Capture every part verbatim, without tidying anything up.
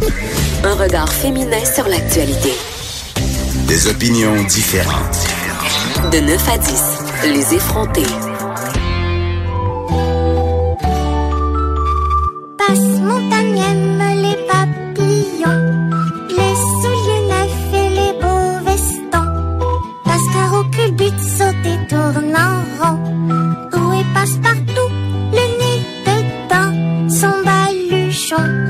Un regard féminin sur l'actualité. Des opinions différentes. De neuf à dix, les effrontés. Passe montagne aime les papillons, les souliers neufs et les beaux vestons. Passe-Caro culbute saute et tourne en rond. Où est Passe-Partout, le nez dedans, son baluchon.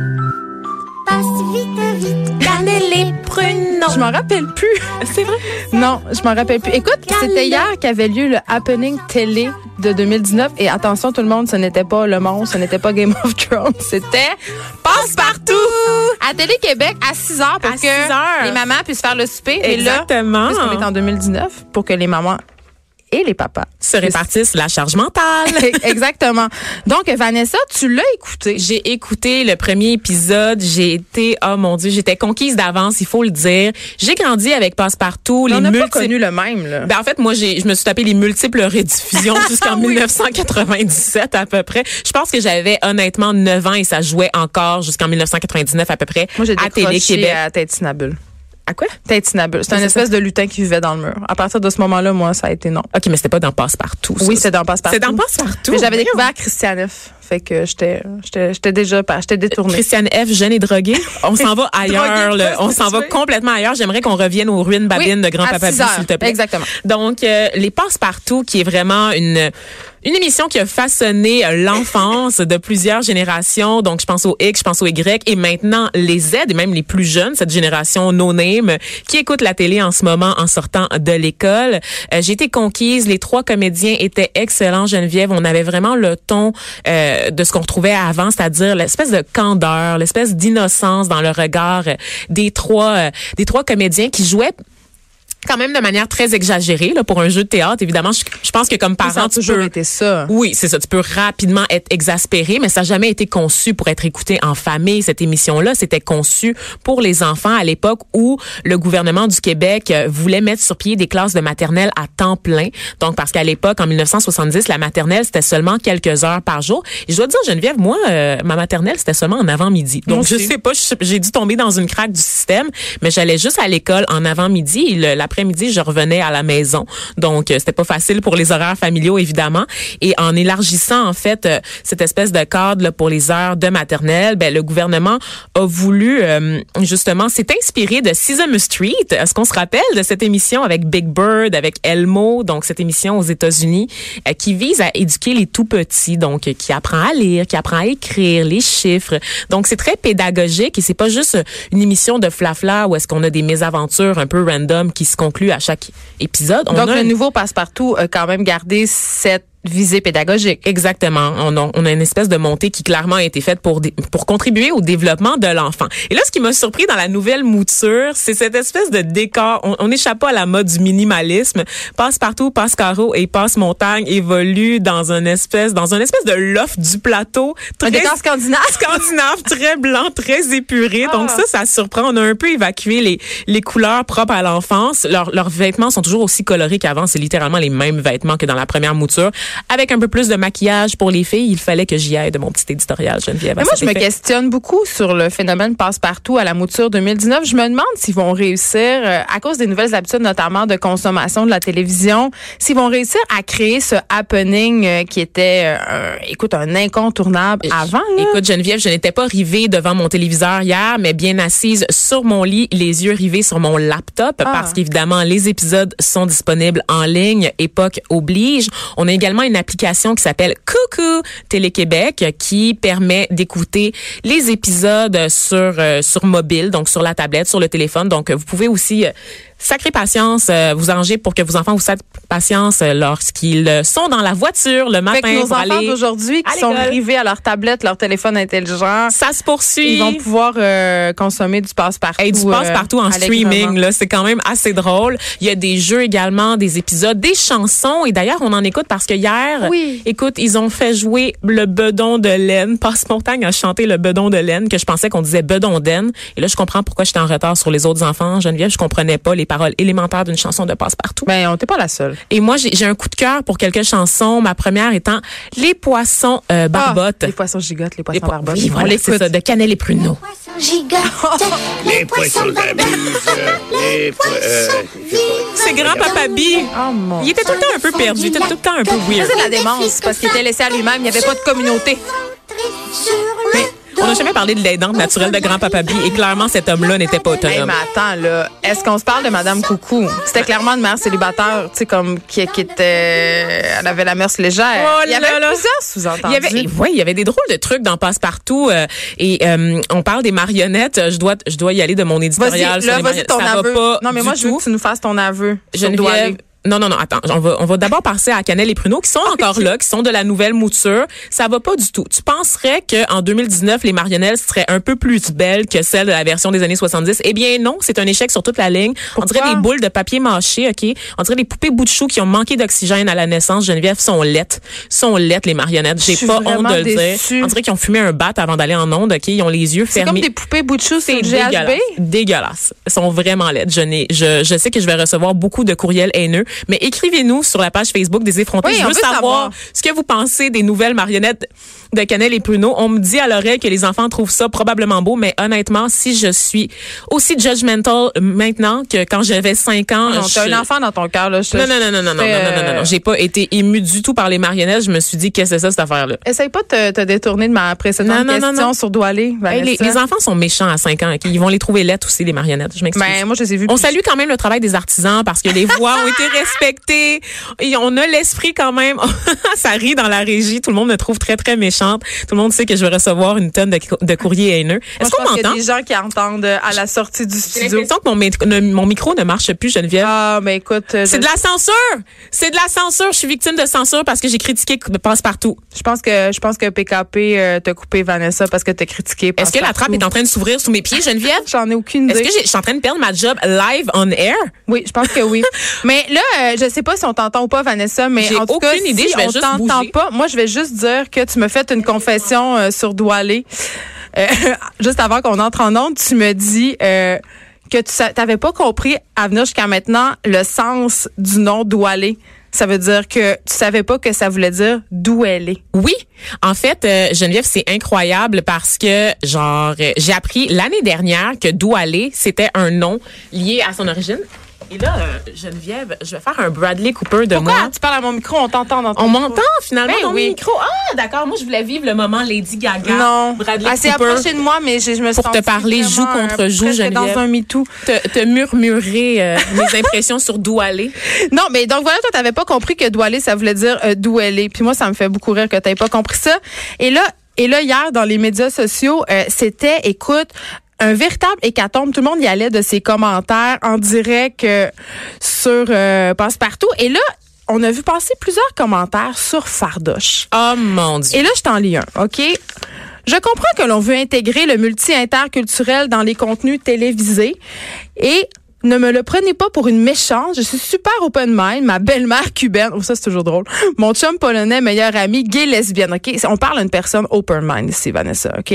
Passe vite, vite, cannelle les pruneaux. Je m'en rappelle plus. C'est vrai? Non, je m'en rappelle plus. Écoute, c'était hier qu'avait lieu le happening télé de deux mille dix-neuf. Et attention tout le monde, ce n'était pas Le Monde, ce n'était pas Game of Thrones, c'était Passe-Partout! À Télé-Québec, à six heures, pour À que six heures. les mamans puissent faire le souper. Exactement. Et là, puisqu'on est en deux mille dix-neuf, pour que les mamans et les papas Se répartissent la charge mentale. Exactement. Donc, Vanessa, tu l'as écouté. J'ai écouté le premier épisode. J'ai été, oh mon Dieu, j'étais conquise d'avance, il faut le dire. J'ai grandi avec Passe-Partout. Mais les on n'a multiples... pas connu le même, là. Ben, en fait, moi, j'ai, je me suis tapé les multiples rediffusions jusqu'en Oui. dix-neuf cent quatre-vingt-dix-sept à peu près. Je pense que j'avais honnêtement neuf ans et ça jouait encore jusqu'à dix-neuf cent quatre-vingt-dix-neuf à peu près Moi, j'ai à décroché Télé-Québec. à Tintinabule. À quoi? Tintinabule. C'est un C'est espèce de lutin qui vivait dans le mur. À partir de ce moment-là, moi, ça a été non. OK, mais c'était pas dans Passe-Partout. ça. Oui, c'est dans Passe-Partout. C'est dans Passe-Partout. Mais j'avais Voyons. découvert Christiane F. Fait que j'étais, j'étais, j'étais déjà, j'étais détournée. Christiane F, jeune et droguée. On s'en va ailleurs, Droguée, là. On s'en va prostituée. complètement ailleurs. J'aimerais qu'on revienne aux ruines babines Oui, de Grand-Papa à six Bou, heures. s'il te plaît. Exactement. Donc, euh, les Passe-Partout, qui est vraiment une, une émission qui a façonné euh, l'enfance de plusieurs générations. Donc, je pense aux X, je pense aux Y, et maintenant les Z, et même les plus jeunes, cette génération no-name, qui écoute la télé en ce moment en sortant de l'école. Euh, j'ai été conquise. Les trois comédiens étaient excellents, Geneviève. On avait vraiment le ton euh, de ce qu'on retrouvait avant, c'est-à-dire l'espèce de candeur, l'espèce d'innocence dans le regard euh, des trois euh, des trois comédiens qui jouaient quand même de manière très exagérée là, pour un jeu de théâtre. Évidemment, je, je pense que comme Ça a parent, tu toujours peux... été ça. Oui, c'est ça. Tu peux rapidement être exaspéré, mais ça n'a jamais été conçu pour être écouté en famille. Cette émission-là, c'était conçu pour les enfants à l'époque où le gouvernement du Québec euh, voulait mettre sur pied des classes de maternelle à temps plein. Donc, parce qu'à l'époque, en dix-neuf cent soixante-dix, la maternelle, c'était seulement quelques heures par jour. Et je dois te dire, Geneviève, moi, euh, ma maternelle, c'était seulement en avant-midi. Donc, Moi je aussi. sais pas, je- j'ai dû tomber dans une craque du système, mais j'allais juste à l'école en avant-midi et le- l'après-midi, je revenais à la maison. Donc, euh, c'était pas facile pour les horaires familiaux, évidemment. Et en élargissant, en fait, euh, cette espèce de cadre là, pour les heures de maternelle, ben, le gouvernement a voulu, euh, justement, s'est inspiré de Sesame Street. Est-ce qu'on se rappelle de cette émission avec Big Bird, avec Elmo, donc cette émission aux États-Unis, euh, qui vise à éduquer les tout-petits, donc euh, qui apprend à lire, qui apprend à écrire, les chiffres. Donc, c'est très pédagogique et c'est pas juste une émission de flafla où est-ce qu'on a des mésaventures un peu random qui se concluent à chaque épisode. On Donc, a le un- nouveau Passe-Partout a quand même gardé cette visée pédagogique. Exactement. On a, on a une espèce de montée qui clairement a été faite pour dé- pour contribuer au développement de l'enfant. Et là, ce qui m'a surpris dans la nouvelle mouture, c'est cette espèce de décor. On, on échappe pas à la mode du minimalisme. Passe-Partout, Passe-Carreau et Passe-Montagne évoluent dans une espèce dans une espèce de loft du plateau. Un Très décor scandinave. scandinave, très blanc, très épuré. Donc ça, ça surprend. On a un peu évacué les les couleurs propres à l'enfance. Leurs leurs vêtements sont toujours aussi colorés qu'avant. C'est littéralement les mêmes vêtements que dans la première mouture. Avec un peu plus de maquillage pour les filles, il fallait que j'y aille de mon petit éditorial, Geneviève. Mais moi, je me questionne beaucoup sur le phénomène Passe-Partout à la mouture deux mille dix-neuf. Je me demande s'ils vont réussir, euh, à cause des nouvelles habitudes, notamment de consommation de la télévision, s'ils vont réussir à créer ce happening euh, qui était, euh, un, écoute, un incontournable avant. Là. Écoute, Geneviève, je n'étais pas rivée devant mon téléviseur hier, mais bien assise sur mon lit, les yeux rivés sur mon laptop, Ah. parce qu'évidemment, les épisodes sont disponibles en ligne, époque oblige. On a également une application qui s'appelle Coucou Télé-Québec qui permet d'écouter les épisodes sur euh, sur mobile, donc sur la tablette, sur le téléphone. Donc, vous pouvez aussi euh, sacrée patience, euh, vous arrangez pour que vos enfants vous sacrent patience euh, lorsqu'ils euh, sont dans la voiture le matin Fait que nos pour enfants aller d'aujourd'hui à qui sont l'école. rivés à leur tablette, leur téléphone intelligent, Ça se poursuit. ils vont pouvoir euh, consommer du Passe-Partout. Hey, du passe euh, partout en allègrement. streaming, là, c'est quand même assez drôle. Il y a des jeux également, des épisodes, des chansons. Et d'ailleurs, on en écoute parce que hier, Oui. écoute, ils ont fait jouer le bedon de laine. Passe-Montagne a chanté le bedon de laine, que je pensais qu'on disait bedon d'aine. Et là, je comprends pourquoi j'étais en retard sur les autres enfants. Geneviève, je comprenais pas les paroles élémentaires d'une chanson de Passe-Partout. Ben, on n'était pas la seule. Et moi, j'ai j'ai un coup de cœur pour quelques chansons. Ma première étant Les poissons euh, barbottes. Ah, les poissons gigottes, les poissons Les po- barbottes. Oui, on voilà, c'est l'écoute. ça, de Cannelle et Pruneau. Poisson gigotent. Les poissons s'amusent. Les poissons vivent. C'est grand-papa B. Oh mon Il était tout le temps un peu perdu. Il était tout le temps un peu weird. C'est de la démence parce qu'il était laissé à lui-même. Il n'y avait pas de communauté. Mais on n'a jamais parlé de l'aidante naturelle de grand-papa B et clairement, cet homme-là n'était pas Hey, autonome. mais attends, là, est-ce qu'on se parle de Madame Coucou? C'était clairement une mère célibataire, tu sais, comme, qui, qui était, elle avait la mœurs légère. Oh il y avait là là. plusieurs Il sous-entendus. y avait, ouais, il y avait des drôles de trucs dans Passe-Partout euh, et euh, on parle des marionnettes. Je dois, je dois y aller de mon éditorial. Vas-y, sur là, les vas-y marionnettes. ton Ça aveu. va pas Non, mais du moi, je veux tout. que tu nous fasses ton aveu. sur Doit Geneviève. aller. Non, non, non, attends. On va, on va d'abord passer à Cannelle et Pruneau, qui sont encore là, qui sont de la nouvelle mouture. Ça va pas du tout. Tu penserais qu'en deux mille dix-neuf, les marionnettes seraient un peu plus belles que celles de la version des années soixante-dix. Eh bien, non. C'est un échec sur toute la ligne. Pourquoi? On dirait des boules de papier mâché, OK? On dirait des poupées bout de chou qui ont manqué d'oxygène à la naissance. Geneviève, sont laides. Sont laides, les marionnettes. J'ai Je suis pas honte vraiment de le déçue. dire. On dirait qu'ils ont fumé un bat avant d'aller en onde, OK? Ils ont les yeux C'est fermés. comme des poupées bout de chou sur C'est le G H B. dégueulasse. Dégueulasse. Elles sont vraiment laides. Je n'ai, je, je sais que je vais recevoir beaucoup de courriels haineux, mais écrivez-nous sur la page Facebook des effrontés. Oui, je on veux veut savoir, savoir ce que vous pensez des nouvelles marionnettes de Cannelle et Pruneau. On me dit à l'oreille que les enfants trouvent ça probablement beau, mais honnêtement, si je suis aussi judgmental maintenant que quand j'avais cinq ans, Non, t'as je- un enfant dans ton cœur, là. Je- non, non, non, non, non, non, non, j'étais, non, non, non, non. euh, J'ai pas été émue du tout par les marionnettes. Je me suis dit, qu'est-ce que c'est ça, cette affaire-là? Essaye pas de te, te détourner de ma précédente Non, non, non, question non. sur Doit aller, Hey, les, Vanessa. les enfants sont méchants à cinq ans. OK? Ils vont les trouver laides aussi, les marionnettes. Je m'excuse. Ben, moi, je les ai vus. On puis- salue quand même le travail des artisans parce que les voix ont été respectées et on a l'esprit quand même. Ça rit dans la régie. Tout le monde me trouve très, très méchante. Tout le monde sait que je vais recevoir une tonne de, de courriers haineux. Moi, Est-ce je qu'on pense qu'il y a m'entend? des gens qui entendent euh, à la sortie du J'ai studio. l'impression que mon, mi- ne- mon micro ne marche plus, Geneviève. Ah, ben écoute, euh, C'est je, de la censure! C'est de la censure! Je suis victime de censure parce que j'ai critiqué Passe-Partout. je pense que je pense que P K P euh, t'a coupé Vanessa parce que t'as critiqué. Est-ce que la trappe est en train de s'ouvrir sous mes pieds, Geneviève? J'en ai aucune Est-ce idée. que j'ai- je suis en train de perdre ma job live on air? Oui, je pense que oui. Mais là, euh, je sais pas si on t'entend ou pas, Vanessa, mais J'ai en tout cas, aucune idée, si je vais on juste t'entend bouger. pas, moi, je vais juste dire que tu me fais une confession euh, sur Doit aller. Euh, juste avant qu'on entre en onde, tu me dis euh, que tu n'avais pas compris à venir jusqu'à maintenant le sens du nom Doit aller. Ça veut dire que tu savais pas que ça voulait dire d'où elle est. Oui, en fait, euh, Geneviève, c'est incroyable parce que, genre, euh, j'ai appris l'année dernière que D'où aller, c'était un nom lié à son origine. Et là, euh, Geneviève, je vais faire un Bradley Cooper de Pourquoi moi. tu parles à mon micro? On t'entend dans ton On micro. m'entend finalement Ben dans oui. mon micro. Ah, d'accord. Moi, je voulais vivre le moment Lady Gaga. Non. Bradley Elle s'est Cooper. approchée de moi, mais je, je me suis Pour te sentie parler joue vraiment, contre euh, joue, presque Geneviève. dans un MeToo. Te, te murmurer euh, mes impressions sur D'où aller. Non, mais donc voilà, toi, t'avais pas compris que Doit aller, ça voulait dire euh, d'où elle est. Puis moi, ça me fait beaucoup rire que t'aies pas compris ça. Et là, et là, hier, dans les médias sociaux, euh, c'était, écoute, un véritable hécatombe. Tout le monde y allait de ses commentaires en direct euh, sur euh, Passe-Partout. Et là, on a vu passer plusieurs commentaires sur Fardoche. Oh mon Dieu. Et là, je t'en lis un, OK? Je comprends que l'on veut intégrer le multi-interculturel dans les contenus télévisés et ne me le prenez pas pour une méchante. Je suis super open mind. Ma belle-mère cubaine. Oh, ça, c'est toujours drôle. Mon chum polonais, meilleur ami, gay, lesbienne. OK? On parle d'une personne open mind ici, Vanessa. OK?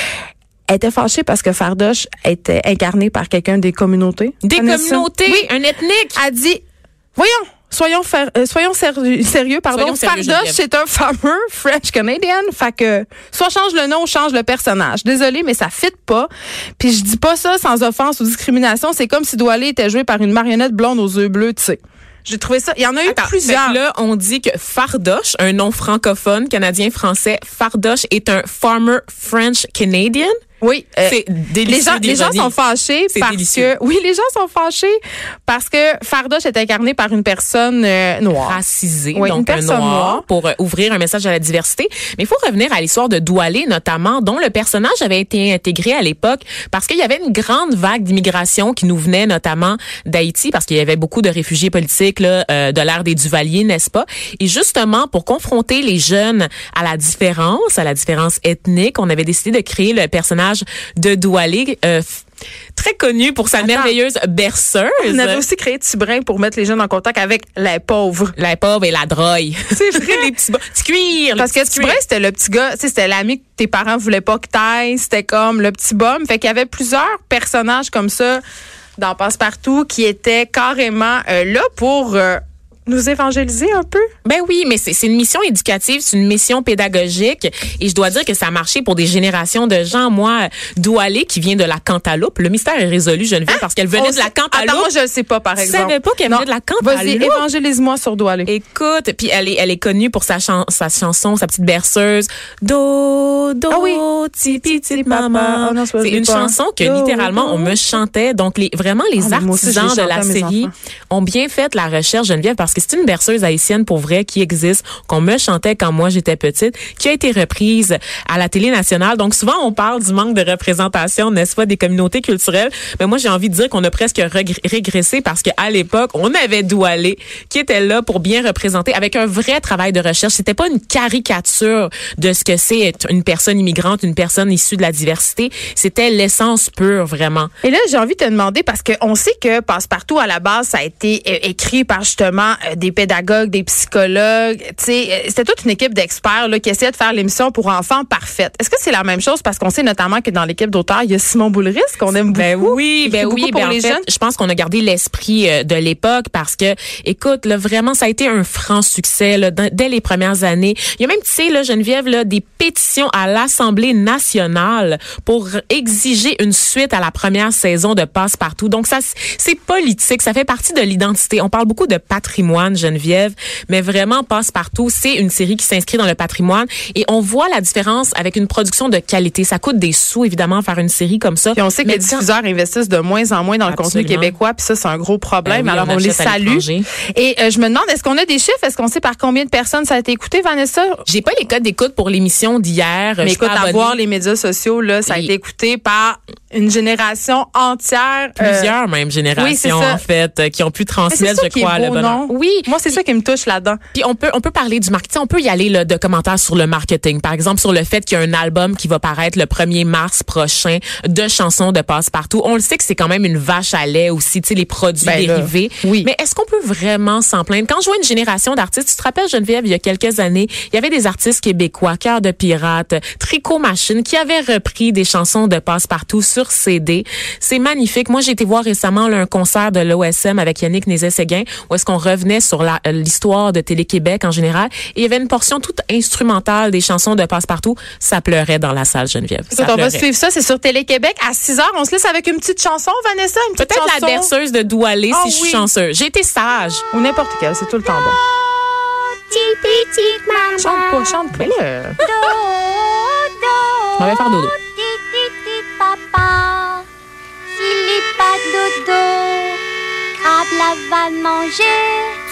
Elle était fâchée parce que Fardoche était incarné par quelqu'un des communautés. Des Vanessa. communautés, Oui. un ethnique. Elle dit, voyons, soyons, fer- euh, soyons sérieux, sérieux, pardon. Soyons sérieux, Fardoche, Geneviève. c'est un fameux French Canadian. Fait que, soit change le nom ou change le personnage. Désolée, mais ça fit pas. Puis je dis pas ça sans offense ou discrimination. C'est comme si Doit aller était joué par une marionnette blonde aux yeux bleus, tu sais. J'ai trouvé ça. Il y en a eu Attends, plusieurs. fait que là, on dit que Fardoche, un nom francophone, canadien-français, Fardoche est un farmer French Canadian. Oui, euh, C'est délicieux les gens, les gens d'ironie. sont fâchés C'est parce délicieux. que oui, les gens sont fâchés parce que Fardoche est incarné par une personne euh, noire. Racisé, Oui, une donc un personne noir, noire. pour euh, ouvrir un message à la diversité. Mais il faut revenir à l'histoire de D'où aller, notamment, dont le personnage avait été intégré à l'époque parce qu'il y avait une grande vague d'immigration qui nous venait notamment d'Haïti, parce qu'il y avait beaucoup de réfugiés politiques là, euh, de l'ère des Duvaliers, n'est-ce pas? Et justement, pour confronter les jeunes à la différence, à la différence ethnique, on avait décidé de créer le personnage de D'où aller, euh, f- très connu pour sa Attends. merveilleuse berceuse. On avait aussi créé Tibrin pour mettre les jeunes en contact avec les pauvres. La pauvre et la droille. C'est vrai. les petits, bo- petits cuirs. Parce que Tibrin, c'était le petit gars, tu sais, c'était l'ami que tes parents voulaient pas que t'ailles, c'était comme le petit bum. Fait qu'il y avait plusieurs personnages comme ça dans Passe-Partout qui étaient carrément euh, là pour euh, nous évangéliser un peu? Ben oui, mais c'est, c'est une mission éducative, c'est une mission pédagogique. Et je dois dire que ça a marché pour des générations de gens. Moi, Doualé, qui vient de la Cantaloupe, le mystère est résolu, Geneviève, hein? Parce qu'elle venait On de la sait... Cantaloupe. Attends, moi, je le sais pas, par exemple. Tu savais pas qu'elle non. venait de la Cantaloupe? Vas-y, évangélise-moi sur Doualé. Écoute, puis elle est, elle est connue pour sa, chan- sa chanson, sa petite berceuse. Do, do, ah oui. tipi, tipi, maman. Oh non, c'est une pas. chanson que do, littéralement, do. on me chantait. Donc, les, vraiment, les ah, artisans aussi, de la série ont bien fait la recherche, Geneviève, parce que c'est une berceuse haïtienne pour vrai qui existe, qu'on me chantait quand moi j'étais petite, qui a été reprise à la télé nationale. Donc, souvent, on parle du manque de représentation, n'est-ce pas, des communautés culturelles. Mais moi, j'ai envie de dire qu'on a presque regr- régressé parce qu'à l'époque, on avait Doualé qui était là pour bien représenter avec un vrai travail de recherche. C'était pas une caricature de ce que c'est être une personne immigrante, une personne issue de la diversité. C'était l'essence pure, vraiment. Et là, j'ai envie de te demander, parce qu'on sait que Passe-Partout, à la base, ça a été euh, écrit par justement euh, des pédagogues, des psychologues. Tu sais, euh, c'était toute une équipe d'experts là, qui essayaient de faire l'émission pour enfants parfaite. Est-ce que c'est la même chose? Parce qu'on sait notamment que dans l'équipe d'auteurs, il y a Simon Boulris, qu'on aime beaucoup. Ben oui, ben oui. Pour ben les en fait, jeunes. je pense qu'on a gardé l'esprit euh, de l'époque parce que, écoute, là, vraiment, ça a été un franc succès là, d- dès les premières années. Il y a même, tu sais, là, Geneviève, là, des pétitions à l'Assemblée nationale pour exiger une suite à la première saison de Passe-Partout. Donc, ça, c'est politique. Ça fait partie de l'identité. On parle beaucoup de patrimoine, Geneviève, mais vraiment, Passe-Partout, c'est une série qui s'inscrit dans le patrimoine et on voit la différence avec une production de qualité. Ça coûte des sous, évidemment, faire une série comme ça. Puis on sait que mais les diffuseurs quand... investissent de moins en moins dans Absolument. le contenu québécois, puis ça, c'est un gros problème. Ben oui, Alors, on, on les salue. Et euh, je me demande, est-ce qu'on a des chiffres? Est-ce qu'on sait par combien de personnes ça a été écouté, Vanessa? J'ai pas les codes d'écoute pour l'émission d'hier. Mais écoute, à voir les médias sociaux, là, ça a Et... été écouté par une génération entière. Plusieurs euh... même générations, oui, en fait, qui ont pu transmettre, je crois, beau, le bonheur. Oui. Moi, c'est Puis, ça qui me touche là-dedans. Puis on peut, on peut parler du marketing. On peut y aller là, de commentaires sur le marketing. Par exemple, sur le fait qu'il y a un album qui va paraître le premier mars prochain de chansons de Passe-Partout. On le sait que c'est quand même une vache à lait aussi, tu sais, les produits ben dérivés. Là, oui. Mais est-ce qu'on peut vraiment s'en plaindre? Quand je vois une génération d'artistes, tu te rappelles, Geneviève, il y a quelques années, il y avait des artistes québécois, Cœur de pirate, Tricot Machine, qui avaient repris des chansons de Passe-Partout sur C D. C'est magnifique. Moi, j'ai été voir récemment là, un concert de l'O S M avec Yannick Nézet-Séguin, où est-ce qu'on revenait sur la, l'histoire de Télé-Québec en général. Et il y avait une portion toute instrumentale des chansons de Passe-Partout. Ça pleurait dans la salle, Geneviève. Écoute, on va suivre ça. C'est sur Télé-Québec à six heures. On se laisse avec une petite chanson, Vanessa, une petite Peut-être chanson. la berceuse de Doualé, oh, si oui. je suis chanceuse. J'ai été sage. Ou n'importe quelle, c'est tout le temps bon. Chante pas, chante pas. Euh... On va faire dodo. Papa, s'il n'est pas dodo, crabe la va manger.